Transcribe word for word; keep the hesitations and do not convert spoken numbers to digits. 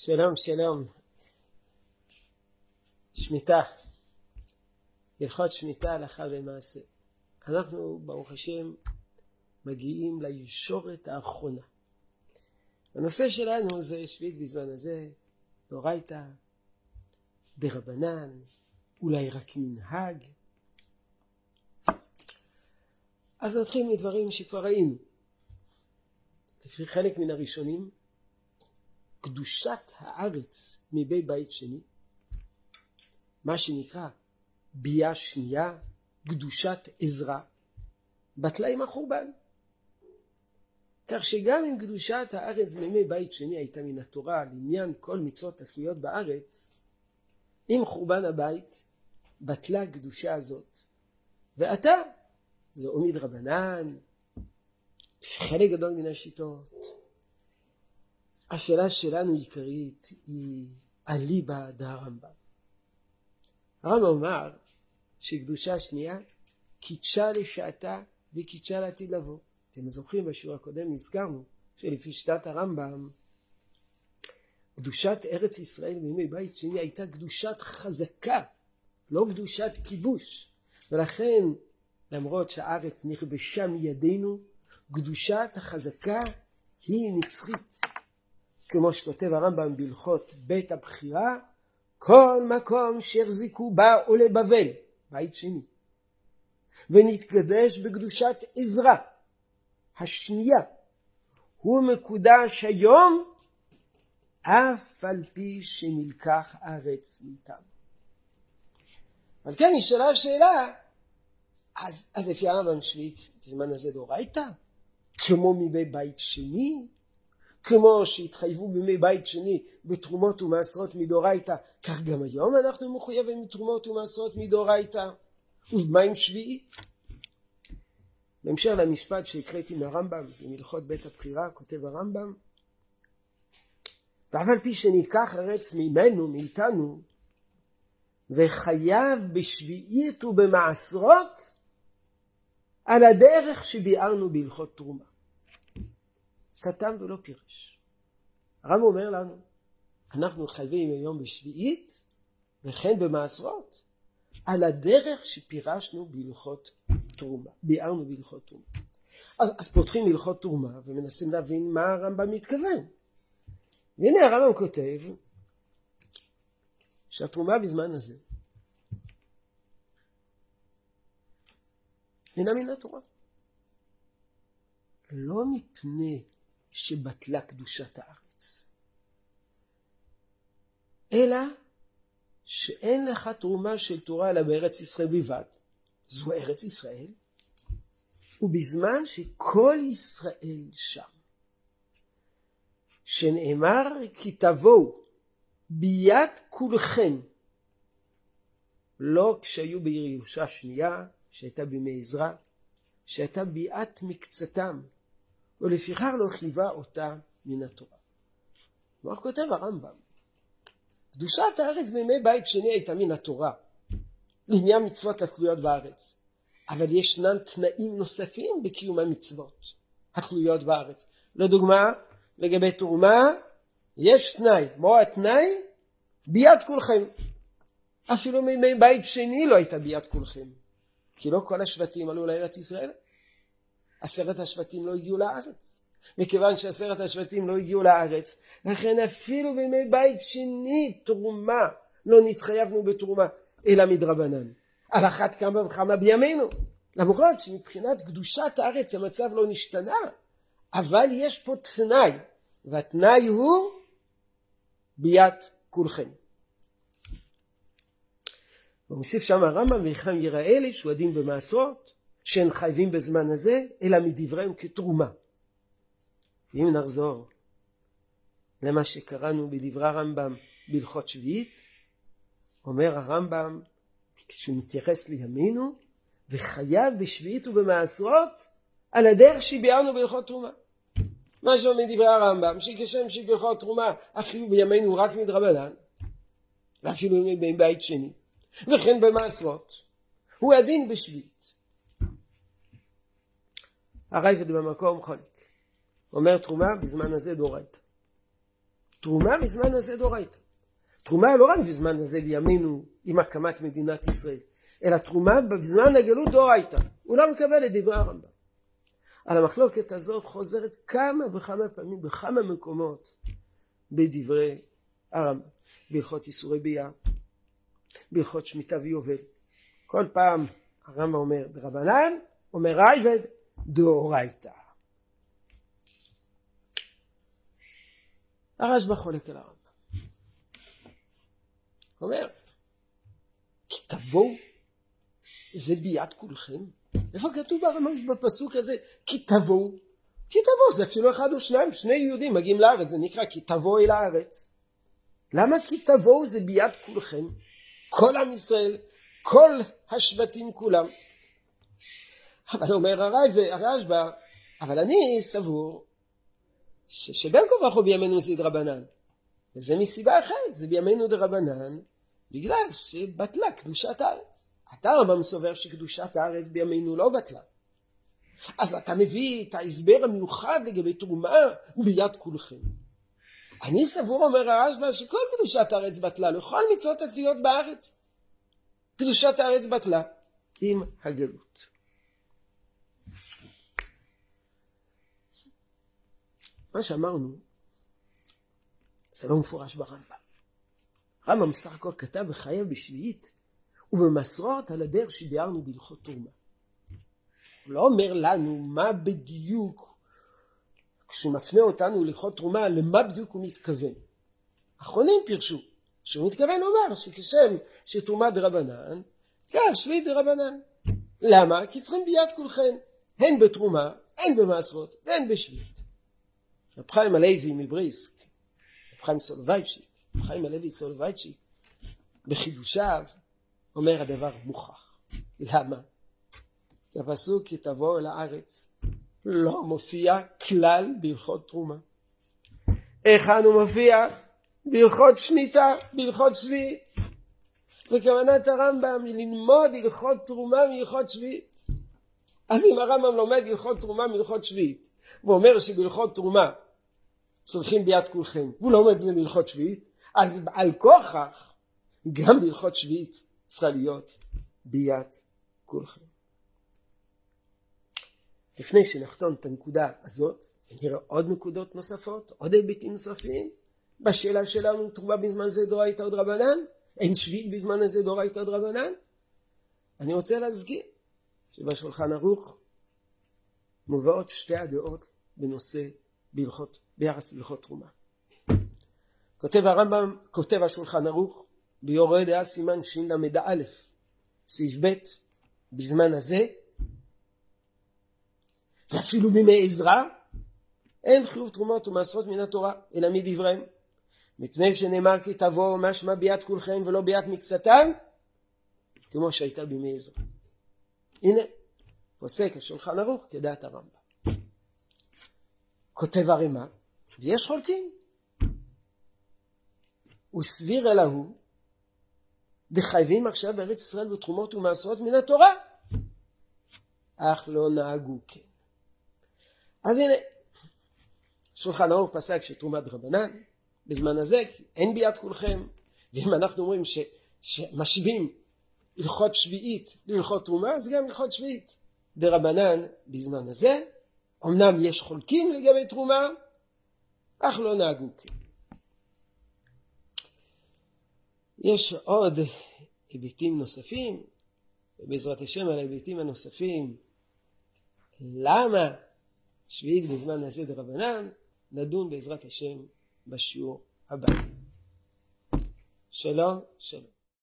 שלום שלום, שמיטה, הלכות שמיטה הלכה למעשה. אנחנו ברוך השם מגיעים לישורת האחרונה. הנושא שלנו זה שביעית בזמן הזה, דאורייתא, דרבנן, אולי רק מנהג. אז נתחיל מדברים שכבר ראינו. לפי חלק מן הראשונים, קדושת הארץ מבי בית שני, מה שנקרא ביאה שנייה, קדושת עזרא, בטלה עם החורבן. כך שגם אם קדושת הארץ מימי בית שני הייתה מן התורה לעניין כל מצוות התלויות בארץ, עם חורבן הבית בטלה הקדושה הזאת. ועתה זה או מדרבנן, חלק גדול מן השיטות. השאלה שלנו עיקרית היא אליבא דהרמב"ם. הרמב"ם אומר שקדושה שנייה קידשה לשעתה וקידשה לעתיד לבוא. אתם זוכרים בשיעור הקודם נזכרנו שלפי שיטת הרמב"ם קדושת ארץ ישראל בימי בית שני הייתה קדושת חזקה, לא קדושת כיבוש. ולכן למרות שהארץ נכבשה מידינו, קדושת החזקה היא נצחית. כמו שכותב הרמב"ם בהלכות בית הבחירה, כל מקום שהחזיקו בה או לבבל, בית שני, ונתקדש בקדושת עזרא השנייה, הוא מקודש היום אף על פי שנלקח הארץ מאיתנו. אבל כן נשאלה השאלה, אז, אז לפי הרמב"ם שביעית בזמן הזה דאורייתא, כמו מימי בית שני, כמו שהתחייבו בימי בית שני בתרומות ומעשרות מדאורייתא, כך גם היום אנחנו מחויבים בתרומות ומעשרות מדאורייתא. ובמה עם שביעית? בהמשך למשפט שהקראתי מהרמב"ם, זה מהלכות בית הבחירה, כותב הרמב"ם, ואף על פי שניקח ארץ ממנו, מאיתנו, וחייב בשביעית ובמעשרות, על הדרך שביארנו בהלכות תרומה. סתם ולא פירש. הרמב"ם אומר לנו, אנחנו חייבים היום בשביעית, וכן במעשרות, על הדרך שפירשנו בהלכות תרומה, ביארנו בהלכות תרומה. אז, אז פותחים בהלכות תרומה, ומנסים להבין מה הרמב"ם מתכוון. והנה הרמב"ם כותב, שהתרומה בזמן הזה, אינה מן התורה. לא מפני שבטלה קדושת הארץ, אלא שאין לך תרומה של תורה אלא בארץ ישראל בלבד. זו ארץ ישראל, ובזמן שכל ישראל שם, שנאמר כי תבואו ביאת כולכם, לא כשהיו בעיר יהושע שנייה שהייתה בימי עזרא, שהייתה ביאת מקצתם, ולפיכך לא חייבה אותה מן התורה. מה כותב הרמב"ם? קדושת הארץ בימי בית שני הייתה מן התורה, לעניין מצוות התלויות בארץ. אבל ישנן תנאים נוספים בקיום המצוות התלויות בארץ. לדוגמה, לגבי תרומה, יש תנאי. מה התנאי? ביאת כולכם. אפילו בימי בית שני לא הייתה ביאת כולכם. כי לא כל השבטים עלו לארץ ישראל. עשרת השבטים לא הגיעו לארץ. מכיוון שעשרת השבטים לא הגיעו לארץ, לכן אפילו בימי בית שני תרומה לא נתחייבנו בתרומה, אלא מדרבנן. על אחת כמה וכמה בימינו. למרות שמבחינת קדושת הארץ המצב לא נשתנה, אבל יש פה תנאי, והתנאי הוא ביאת כולכם. ומוסיף שם הרמב"ם, וכן יראה אלה שהוא הדין במעשרות, שאין חייבים בזמן הזה, אלא מדבריהם כתרומה. ואם נחזור למה שקראנו בדברי הרמב"ם בהלכות שביעית, אומר הרמב"ם, כשהוא מתייחס לימינו, וחייב בשביעית ובמעשרות, על הדרך שביארנו בהלכות תרומה. מה שאומר דברי הרמב"ם, שכשם שבהלכות תרומה, החיוב בימינו רק מדרבנן, ואפילו בימי בית שני, וכן במעשרות, הוא הדין בשביעית. הרייבד במקום חולק. אומר תרומה בזמן הזה דאורייתא. תרומה בזמן הזה דאורייתא. תרומה לא רק בזמן הזה בימינו עם הקמת מדינת ישראל, אלא תרומה בזמן הגלות דאורייתא. הוא לא מקבל את דברי הרמב"ם. על המחלוקת הזאת חוזרת כמה וכמה פעמים בכמה מקומות בדברי הרמב"ם. בהלכות איסורי ביאה, בהלכות שמיטה ויובל. כל פעם הרמב"ם אומר דרבנן, אומר ראיבד דאורייתא. הרשב"א חולק על הרמב"ם. אומר, כי תבואו, זה ביאת כולכם. איפה כתוב ברמב"ם בפסוק הזה, כי תבואו? כי תבואו, זה אפילו אחד או שניים, שני יהודים מגיעים לארץ, זה נקרא כי תבואו אל הארץ. למה כי תבואו זה ביאת כולכם? כל עם ישראל, כל השבטים כולם. אבל אומר הרשב"א, אבל אני סבור, שבין כה וכה בימינו זה דרבנן. וזה מסיבה אחרת, זה בימינו דרבנן, בגלל שבטלה קדושת הארץ. אתה הרמב"ם סובר שקדושת הארץ בימינו לא בטלה. אז אתה מביא את ההסבר המיוחד לגבי תרומה ביד כולכם. אני סבור, אומר הרשב"א, שכל קדושת הארץ בטלה, לכל מצוות התלויות בארץ. קדושת הארץ בטלה עם הגלות. מה שאמרנו, זה לא מפורש ברמב"ם. הרמב"ם סך הכל כתב וחייב בשביעית, ובמסורת על הדרך שביארנו בהלכות תרומה. הוא לא אומר לנו מה בדיוק, כשהוא מפנה אותנו להלכות תרומה, למה בדיוק הוא מתכוון. אחרונים פירשו, שהוא מתכוון לומר שכשם שתרומה דרבנן, כך שביעית דרבנן. למה? כי צריכים ביאת כולכם, הן בתרומה, הן במסורת, והן בשביעית. רב חיים הלוי מבריסק, רב חיים סולובייצ'יק, רב חיים הלוי סולובייצ'יק, בחידושיו אומר הדבר מוכח. למה? כי הפסוק כי תבואו אל הארץ לא מופיע כלל בהלכות תרומה. היכן הוא מופיע? בהלכות שמיטה, בהלכות שביעית. וכוונת הרמב"ם היא ללמוד הלכות תרומה מהלכות שביעית. אז אם הרמב"ם לומד הלכות תרומה מהלכות שביעית, ואומר שבהלכות תרומה צריכים ביאת כולכם, הוא לא לומד את זה מהלכות שביעית, אז על כוכך גם בהלכות שביעית צריכה להיות ביאת כולכם. לפני שנחתום את הנקודה הזאת, נראה עוד נקודות נוספות, עוד היבטים נוספים. בשאלה שלנו, תרומה בזמן זה דאורייתא או דרבנן? אין שביעית בזמן הזה דאורייתא או דרבנן? אני רוצה להזכיר שבשולחן ערוך מובאות שתי הדעות בנושא בהלכות, ביחס להלכות תרומה. כותב הרמב"ם, כותב השולחן ערוך, ביורה דעה סימן שין למד א', סעיף ב', בזמן הזה, ואפילו בימי עזרא, אין חיוב תרומות ומעשרות מן התורה, אלא מדבריהם. מפני שנאמר כי תבואו משמע ביאת כולכם ולא ביאת מקצתם, כמו שהייתה בימי עזרא. הנה, פוסק השולחן ערוך כדעת הרמב"ם. כותב הרמ"א, ויש חולקים. וסביר אל ההוא, דחייבים עכשיו בארץ ישראל בתרומות ומעשרות מן התורה, אך לא נהגו כן. אז הנה, שולחן ערוך פסק שתרומת דרבנן, בזמן הזה אין ביאת כולכם, ואם אנחנו אומרים ש, שמשווים הלכות שביעית להלכות תרומה, אז גם הלכות שביעית דרבנן בזמן הזה. אמנם יש חולקים לגבי תרומה, אך לא נהגו כן. יש עוד היבטים נוספים, ובעזרת השם על ההיבטים הנוספים, למה שביעית בזמן הזה דרבנן, נדון בעזרת השם בשיעור הבא. שלום, שלום.